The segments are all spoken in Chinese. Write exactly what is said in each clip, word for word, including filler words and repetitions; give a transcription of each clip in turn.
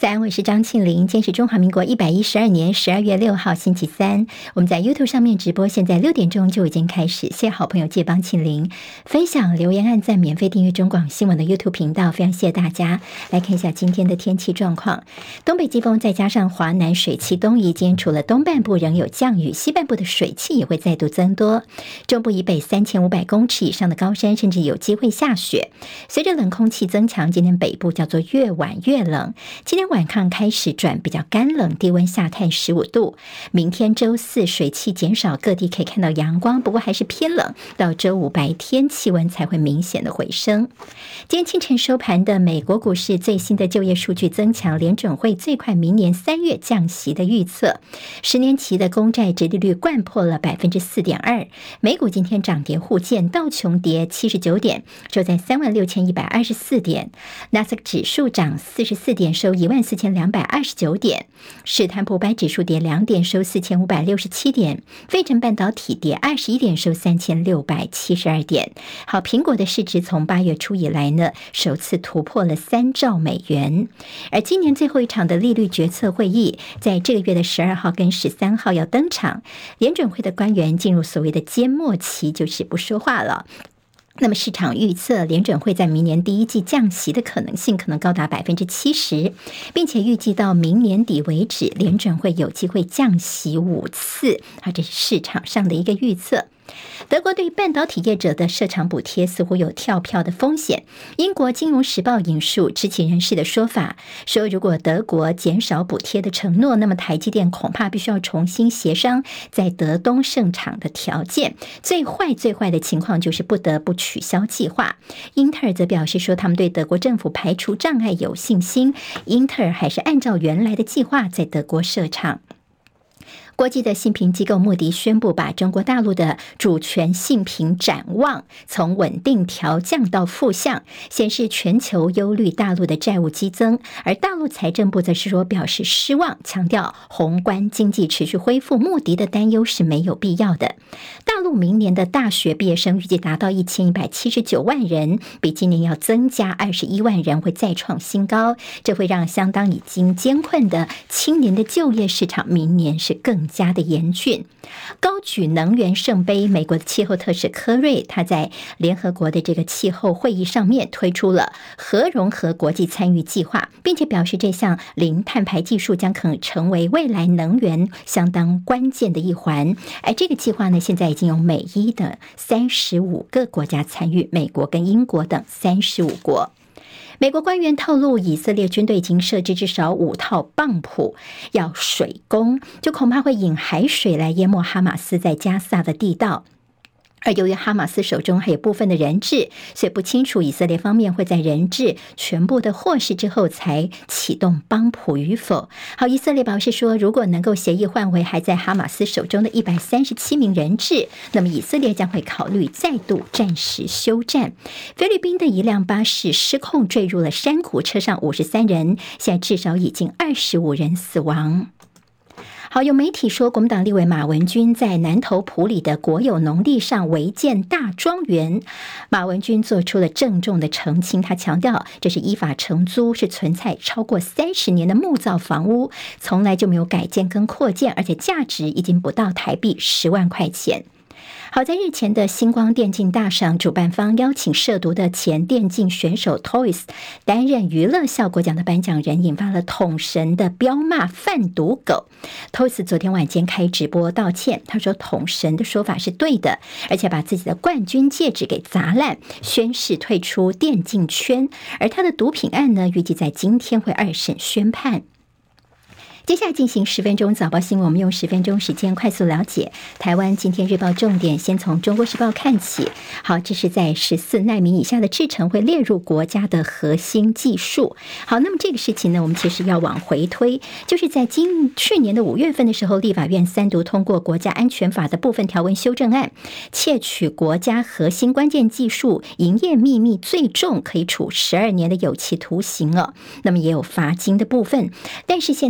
早安，我是张庆玲。今天是中华民国一百一十二年十二月六号星期三，我们在 YouTube 上面直播，现在六点钟就已经开始。谢谢好朋友借帮庆玲分享、留言、按赞、免费订阅中广新闻的 YouTube 频道，非常谢谢大家。来看一下今天的天气状况，东北季风再加上华南水汽东移，今天除了东半部仍有降雨，西半部的水汽也会再度增多，中部以北三千五百公尺以上的高山甚至有机会下雪。随着冷空气增强，今天北部叫做越晚越冷，今天晚上开始转比较干冷，低温下探十五度。明天周四水汽减少，各地可以看到阳光，不过还是偏冷。到周五白天气温才会明显的回升。今天清晨收盘的美国股市最新的就业数据增强联准会最快明年三月降息的预测，十年期的公债殖利率掼破了 百分之四点二。 美股今天涨跌互见，道琼跌七十九点，收在三万六千一百二十四点，纳斯达克指数涨四十四点，收一万四千两百二十九点，史坦普百指数跌两点，收四千五百六十七点，费城半导体跌二十一点，收三千六百七十二点。好，苹果的市值从八月初以来呢，首次突破了三兆美元。而今年最后一场的利率决策会议，在这个月的十二号跟十三号要登场，联准会的官员进入所谓的缄默期，就是不说话了。那么市场预测联准会在明年第一季降息的可能性可能高达 百分之七十， 并且预计到明年底为止，联准会有机会降息五次，啊，这是市场上的一个预测。德国对半导体业者的设厂补贴似乎有跳票的风险。英国金融时报引述知情人士的说法，说如果德国减少补贴的承诺，那么台积电恐怕必须要重新协商在德东设厂的条件，最坏最坏的情况就是不得不取消计划。英特尔则表示说，他们对德国政府排除障碍有信心，英特尔还是按照原来的计划在德国设厂。国际的信评机构穆迪宣布，把中国大陆的主权信评展望从稳定调降到负向，显示全球忧虑大陆的债务激增。而大陆财政部则是说表示失望，强调宏观经济持续恢复，穆迪的担忧是没有必要的。大陆明年的大学毕业生预计达到一千一百七十九万人，比今年要增加二十一万人，会再创新高。这会让相当已经艰困的青年的就业市场明年是更加的严峻。高举能源圣杯，美国的气候特使科瑞，他在联合国的这个气候会议上面推出了核融合国际参与计划，并且表示这项零碳排技术将可能成为未来能源相当关键的一环。而这个计划呢，现在已经有美伊的三十五个国家参与，美国跟英国等三十五国。美国官员透露，以色列军队已经设置至少五套棒谱，要水攻，就恐怕会引海水来淹没哈马斯在加萨的地道。而由于哈马斯手中还有部分的人质，所以不清楚以色列方面会在人质全部的获释之后才启动帮捕与否。好，以色列表示说，如果能够协议换回还在哈马斯手中的一百三十七名人质，那么以色列将会考虑再度暂时休战。菲律宾的一辆巴士失控坠入了山谷，车上五十三人，现在至少已经二十五人死亡。好，有媒体说，国民党立委马文君在南投埔里的国有农地上违建大庄园。马文君做出了郑重的澄清，他强调这是依法承租，是存在超过三十年的木造房屋，从来就没有改建跟扩建，而且价值已经不到台币十万块钱。好在日前的星光电竞大赏，主办方邀请涉毒的前电竞选手 Toys 担任娱乐效果奖的颁奖人，引发了统神的彪骂贩毒狗。Toys 昨天晚间开直播道歉，他说统神的说法是对的，而且把自己的冠军戒指给砸烂，宣誓退出电竞圈。而他的毒品案呢，预计在今天会二审宣判。接下来进行十分钟早报新闻，我们用十分钟时间快速了解台湾今天日报重点，先从中国时报看起。好，这是在十四奈米以下的制程会列入国家的核心技术。好，那么这个事情呢，我们其实要往回推，就是在今去年的五月份的时候，立法院三读通过国家安全法的部分条文修正案，窃取国家核心关键技术营业秘密，最重可以处十二年的有期徒刑哦。那么也有罚金的部分，但是现在的问题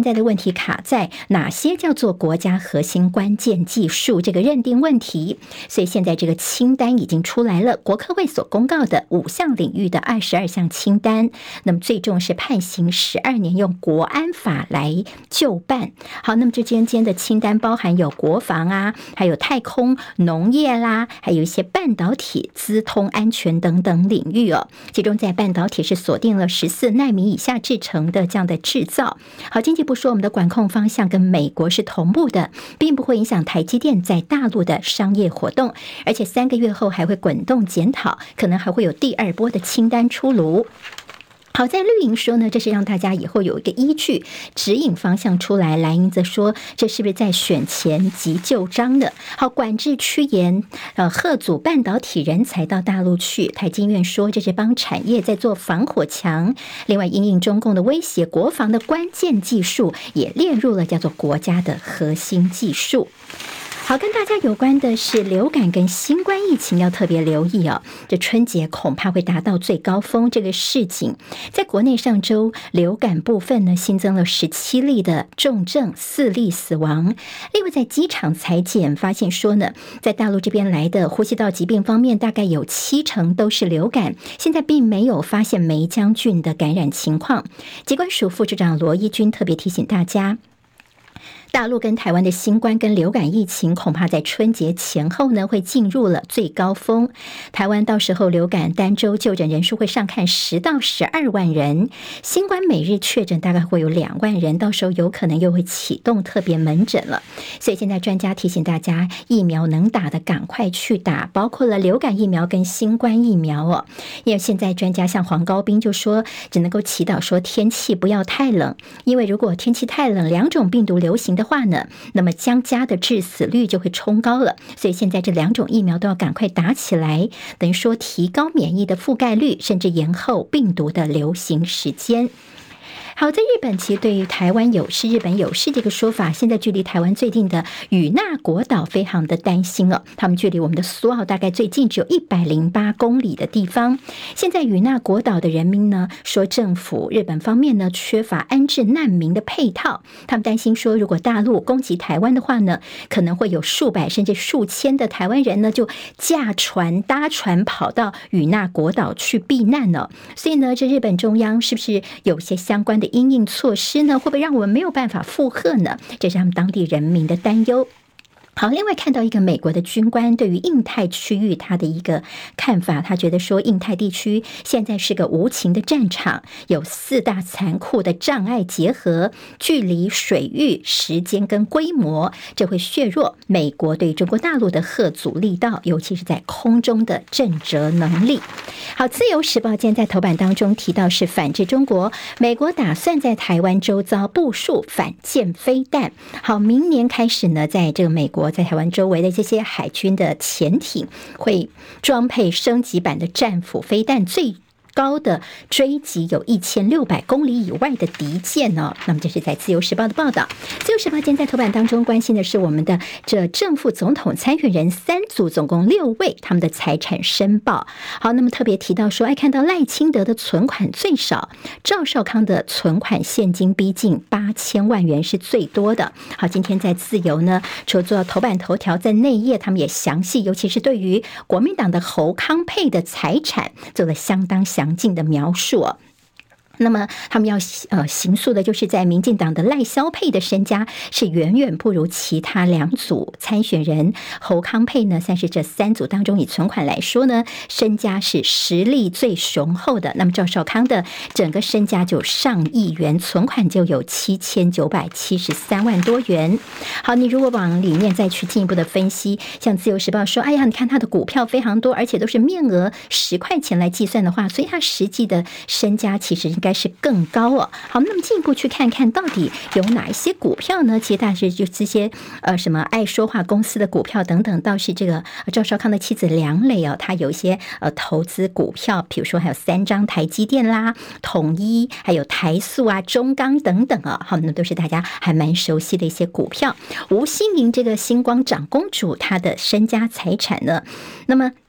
题卡在哪些叫做国家核心关键技术这个认定问题，所以现在这个清单已经出来了，国科会所公告的五项领域的二十二项清单，那么最重是判刑十二年，用国安法来就办。好，那么这间间的清单包含有国防啊，还有太空、农业啦，还有一些半导体、资通安全等等领域哦。其中在半导体是锁定了十四奈米以下制成的这样的制造。好，经济部说我们的管控方向跟美国是同步的，并不会影响台积电在大陆的商业活动，而且三个月后还会滚动检讨，可能还会有第二波的清单出炉。好在绿营说呢，这是让大家以后有一个依据指引方向出来。蓝营则说，这是不是在选前急就章的？好，管制趋严，呃，吓阻半导体人才到大陆去。台经院说，这是帮产业在做防火墙。另外，因应中共的威胁，国防的关键技术也列入了叫做国家的核心技术。好，跟大家有关的是流感跟新冠疫情要特别留意哦。这春节恐怕会达到最高峰，这个市井在国内上周流感部分呢新增了十七例的重症，四例死亡。另外在机场采检发现说呢，在大陆这边来的呼吸道疾病方面，大概有七成都是流感，现在并没有发现梅将军的感染情况。疾管署副处长罗一军特别提醒大家，大陆跟台湾的新冠跟流感疫情恐怕在春节前后呢会进入了最高峰。台湾到时候流感单周就诊人数会上看十到十二万人，新冠每日确诊大概会有两万人，到时候有可能又会启动特别门诊了。所以现在专家提醒大家，疫苗能打的赶快去打，包括了流感疫苗跟新冠疫苗哦。因为现在专家像黄高斌就说，只能够祈祷说天气不要太冷，因为如果天气太冷，两种病毒流行的话呢，那么将加的致死率就会冲高了。所以现在这两种疫苗都要赶快打起来，等于说提高免疫的覆盖率，甚至延后病毒的流行时间。好，在日本其实对于台湾有事日本有事这个说法，现在距离台湾最近的与那国岛非常的担心了。他们距离我们的苏澳大概最近只有一百零八公里的地方。现在与那国岛的人民呢说，政府日本方面呢缺乏安置难民的配套，他们担心说，如果大陆攻击台湾的话呢，可能会有数百甚至数千的台湾人呢就驾船搭船跑到与那国岛去避难了。所以呢，这日本中央是不是有些相关的因应措施呢？会不会让我们没有办法负荷呢？这是他们当地人民的担忧。好，另外看到一个美国的军官对于印太区域他的一个看法，他觉得说印太地区现在是个无情的战场，有四大残酷的障碍结合，距离、水域、时间跟规模，这会削弱美国对中国大陆的吓阻力道，尤其是在空中的震慑能力。好，自由时报今天在头版当中提到是反制中国，美国打算在台湾周遭部署反舰飞弹。好，明年开始呢，在这个美国在台湾周围的这些海军的潜艇会装配升级版的战斧飞弹，最高的追击有一千六百公里以外的敌舰哦。那么这是在自由时报的报道。自由时报今天在头版当中关心的是我们的这正副总统参选人三组，总共六位他们的财产申报。好，那么特别提到说，哎，看到赖清德的存款最少，赵少康的存款现金逼近八千万元是最多的。好，今天在自由呢，除了做头版头条，在内页他们也详细，尤其是对于国民党的侯康沛的财产做了相当详尽的描述哦。那么他们要呃行诉的就是在民进党的赖萧沛的身家是远远不如其他两组参选人。侯康沛呢，算是这三组当中以存款来说呢，身家是实力最雄厚的。那么赵少康的整个身家就上亿元，存款就有七千九百七十三万多元。好，你如果往里面再去进一步的分析，像自由时报说，哎呀，你看他的股票非常多，而且都是面额十块钱来计算的话，所以他实际的身家其实应该是更高哦。好，那么进一步去看看到底有哪一些股票呢？其实大致就这些呃什么爱说话公司的股票等等，倒是这个赵少康的妻子梁磊哦，他有一些呃投资股票，比如说还有三张台积电啦、统一，还有台塑啊、中钢等等啊，好，那都是大家还蛮熟悉的一些股票。吴欣盈这个星光长公主，她的身家财产呢，那么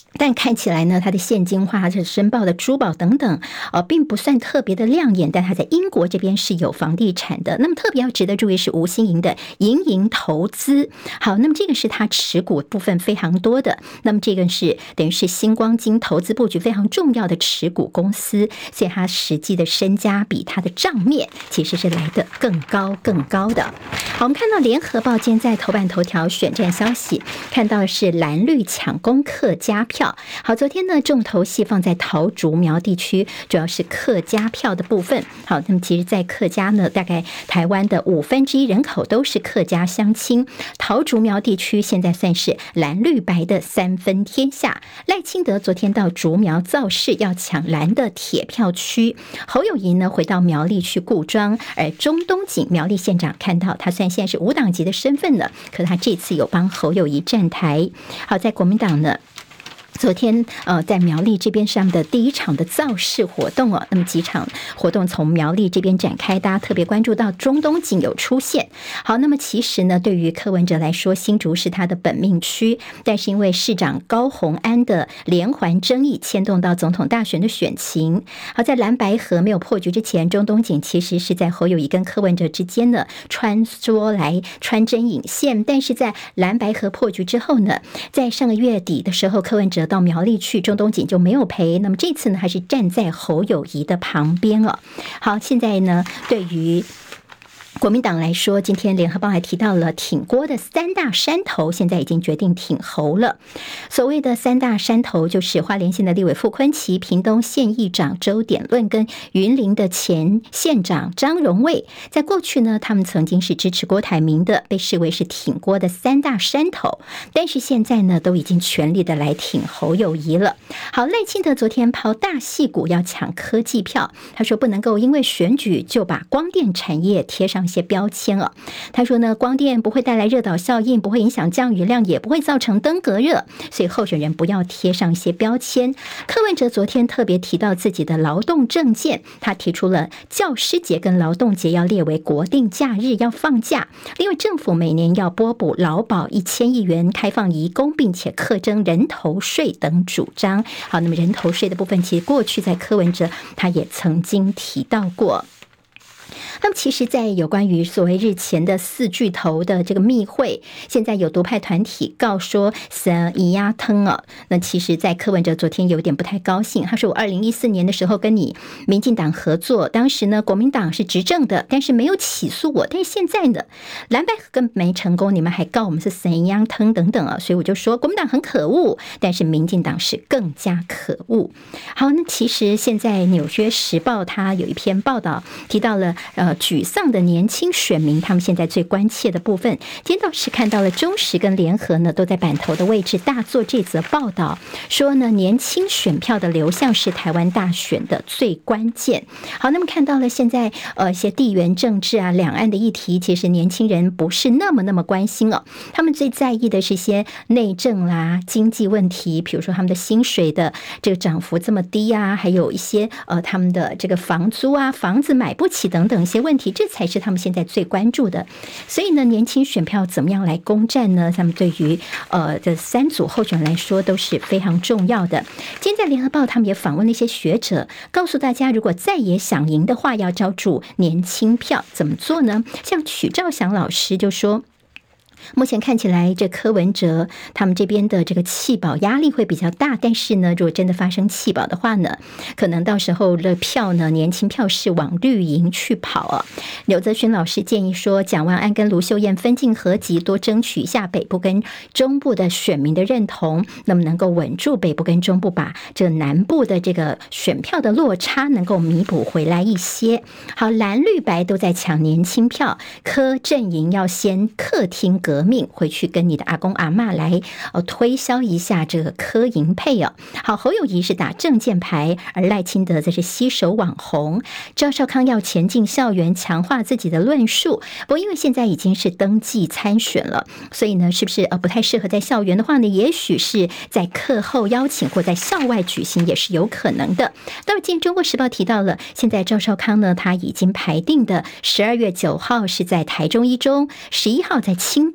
但看起来呢，它的现金化、它的申报的珠宝等等，呃，并不算特别的亮眼。但它在英国这边是有房地产的。那么特别要值得注意是吴欣盈的盈盈投资。好，那么这个是它持股部分非常多的。那么这个是等于是星光金投资布局非常重要的持股公司，所以它实际的身家比它的账面其实是来得更高更高的。好，我们看到联合报今天在头版头条选战消息，看到的是蓝绿抢攻客家票。好，昨天呢重头戏放在桃竹苗地区，主要是客家票的部分。好，那么其实在客家呢，大概台湾的五分之一人口都是客家乡亲，桃竹苗地区现在算是蓝绿白的三分天下。赖清德昨天到竹苗造势，要抢蓝的铁票区。侯友宜呢回到苗栗去顾庄，而中东锦苗栗县长看到他虽然现在是无党籍的身份了，可是他这次有帮侯友宜站台。好，在国民党呢，昨天呃，在苗栗这边是他们的第一场的造势活动哦，那么几场活动从苗栗这边展开，大家特别关注到中东锦有出现。好，那么其实呢，对于柯文哲来说，新竹是他的本命区，但是因为市长高虹安的连环争议牵动到总统大选的选情。好，在蓝白合没有破局之前，中东锦其实是在侯友宜跟柯文哲之间呢穿梭来穿针引线，但是在蓝白合破局之后呢，在上个月底的时候，柯文哲到苗栗去，中东锦就没有赔。那么这次呢，还是站在侯友宜的旁边哦。好，现在呢，对于国民党来说，今天联合报还提到了挺郭的三大山头，现在已经决定挺侯了。所谓的三大山头，就是花莲县的立委傅崑萁、屏东县议长周典论跟云林的前县长张荣卫。在过去呢，他们曾经是支持郭台铭的，被视为是挺郭的三大山头。但是现在呢，都已经全力的来挺侯友宜了。好，赖清德昨天抛大戏骨要抢科技票，他说不能够因为选举就把光电产业贴上一些标签哦。他说呢，光电不会带来热岛效应，不会影响降雨量，也不会造成登革热，所以候选人不要贴上一些标签。柯文哲昨天特别提到自己的劳动政见，他提出了教师节跟劳动节要列为国定假日，要放假。另外，政府每年要拨补劳保一千亿元，开放移工，并且课征人头税等主张。好，那么人头税的部分，其实过去在柯文哲他也曾经提到过。那么其实在有关于所谓日前的四巨头的这个密会，现在有独派团体告说是以压腾啊。那其实在柯文哲昨天有点不太高兴，他说我二零一四年的时候跟你民进党合作，当时呢国民党是执政的，但是没有起诉我，但是现在呢蓝白更没成功，你们还告我们是神压腾等等啊，所以我就说国民党很可恶，但是民进党是更加可恶。好，那其实现在纽约时报它有一篇报道提到了呃沮丧的年轻选民，他们现在最关切的部分，今天倒是看到了中时跟联合呢都在版头的位置大做这则报道，说呢年轻选票的流向是台湾大选的最关键。好，那么看到了现在呃一些地缘政治啊、两岸的议题，其实年轻人不是那么那么关心哦，他们最在意的是一些内政啦、经济问题，比如说他们的薪水的这个涨幅这么低啊，还有一些呃他们的这个房租啊、房子买不起等等一些问题，这才是他们现在最关注的。所以呢，年轻选票怎么样来攻占呢？他们对于呃这三组候选人来说都是非常重要的。今天在联合报，他们也访问了一些学者，告诉大家，如果再也想赢的话，要招注年轻票，怎么做呢？像曲兆祥老师就说，目前看起来，这柯文哲他们这边的这个弃保压力会比较大，但是呢，如果真的发生弃保的话呢，可能到时候的票呢，年轻票是往绿营去跑啊。刘泽勋老师建议说，蒋万安跟卢秀燕分进合集，多争取一下北部跟中部的选民的认同，那么能够稳住北部跟中部，把这南部的这个选票的落差能够弥补回来一些。好，蓝绿白都在抢年轻票，柯阵营要先客厅革命，回去跟你的阿公阿嬷来呃推销一下这个柯银配哦。好，侯友宜是打政见牌，而赖清德则是携手网红。赵少康要前进校园，强化自己的论述。不过因为现在已经是登记参选了，所以呢，是不是呃不太适合在校园的话呢？也许是在课后邀请或在校外举行也是有可能的。到今天《中国时报》提到了，现在赵少康呢，他已经排定的十二月九号是在台中一中，十一号在清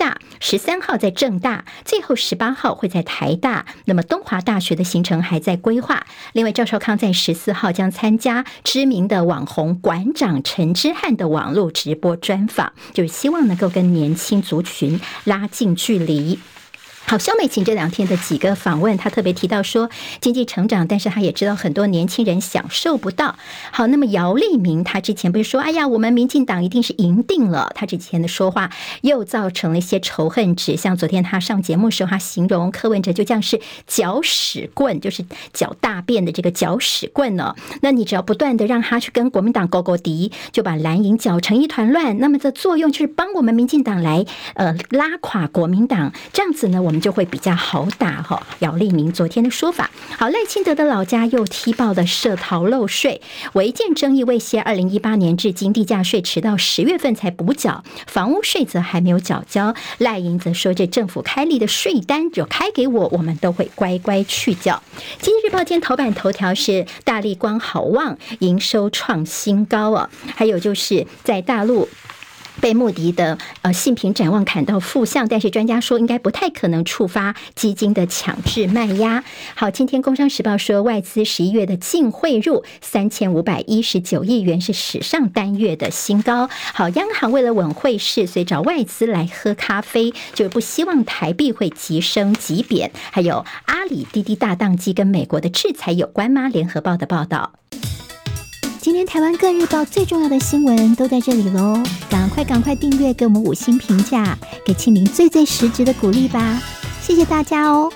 大，十三号在政大，最后十八号会在台大。那么东华大学的行程还在规划。另外，赵少康在十四号将参加知名的网红馆长陈之汉的网络直播专访，就是希望能够跟年轻族群拉近距离。好，肖美琴这两天的几个访问，她特别提到说经济成长，但是她也知道很多年轻人享受不到。好，那么姚立明他之前不是说，哎呀，我们民进党一定是赢定了，他之前的说话又造成了一些仇恨值。像昨天他上节目的时候，他形容柯文哲就像是搅屎棍，就是搅大便的这个搅屎棍呢、哦。那你只要不断的让他去跟国民党勾勾敌，就把蓝营搅成一团乱，那么的作用就是帮我们民进党来呃拉垮国民党，这样子呢，我们就会比较好打哈。姚立明昨天的说法。好，赖清德的老家又踢爆了涉逃漏税，违建争议未歇，二零一八年至今地价税迟到十月份才补缴，房屋税则还没有缴交。赖营则说，这政府开立的税单有开给我，我们都会乖乖去缴。经济日报今天头版头条是大立光好旺，营收创新高哦，还有就是在大陆被穆迪的呃信评展望砍到负向，但是专家说应该不太可能触发基金的强制卖压。好，今天工商时报说外资十一月的净汇入三千五百一十九亿元，是史上单月的新高。好，央行为了稳汇市，所以找外资来喝咖啡，就是不希望台币会急升急贬。还有阿里滴滴大宕机跟美国的制裁有关吗？联合报的报道。 今天台湾各日报最重要的新闻都在这里咯，赶快赶快订阅，给我们五星评价，给庆玲最最实质的鼓励吧，谢谢大家哦。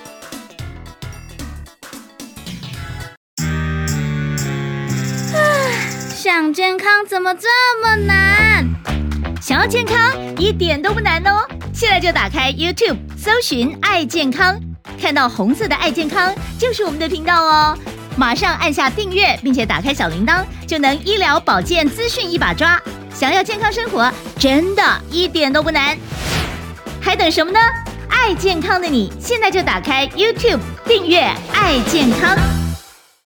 想健康怎么这么难？想要健康一点都不难哦，现在就打开 YouTube 搜寻爱健康，看到红色的爱健康就是我们的频道哦，马上按下订阅，并且打开小铃铛，就能医疗保健资讯一把抓。想要健康生活，真的一点都不难，还等什么呢？爱健康的你，现在就打开 YouTube 订阅爱健康。